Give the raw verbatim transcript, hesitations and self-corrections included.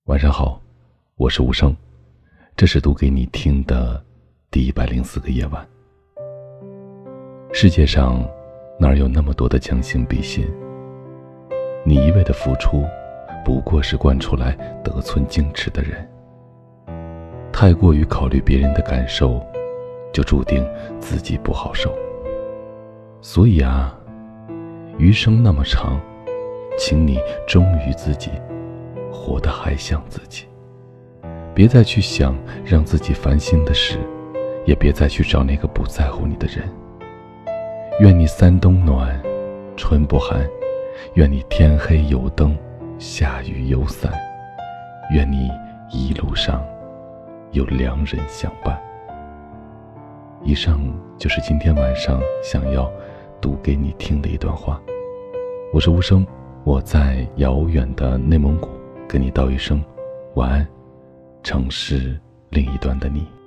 晚上好，我是无声，这是读给你听的第一百零四个夜晚。世界上哪有那么多的将心比心？你一味的付出，不过是惯出来得寸进尺的人。太过于考虑别人的感受，就注定自己不好受。所以啊，余生那么长，请你忠于自己，活得还像自己。别再去想让自己烦心的事，也别再去找那个不在乎你的人。愿你三冬暖，春不寒，愿你天黑有灯，下雨有伞，愿你一路上有良人相伴。以上就是今天晚上想要读给你听的一段话。我是无声，我在遥远的内蒙古跟你道一声晚安，城市另一端的你。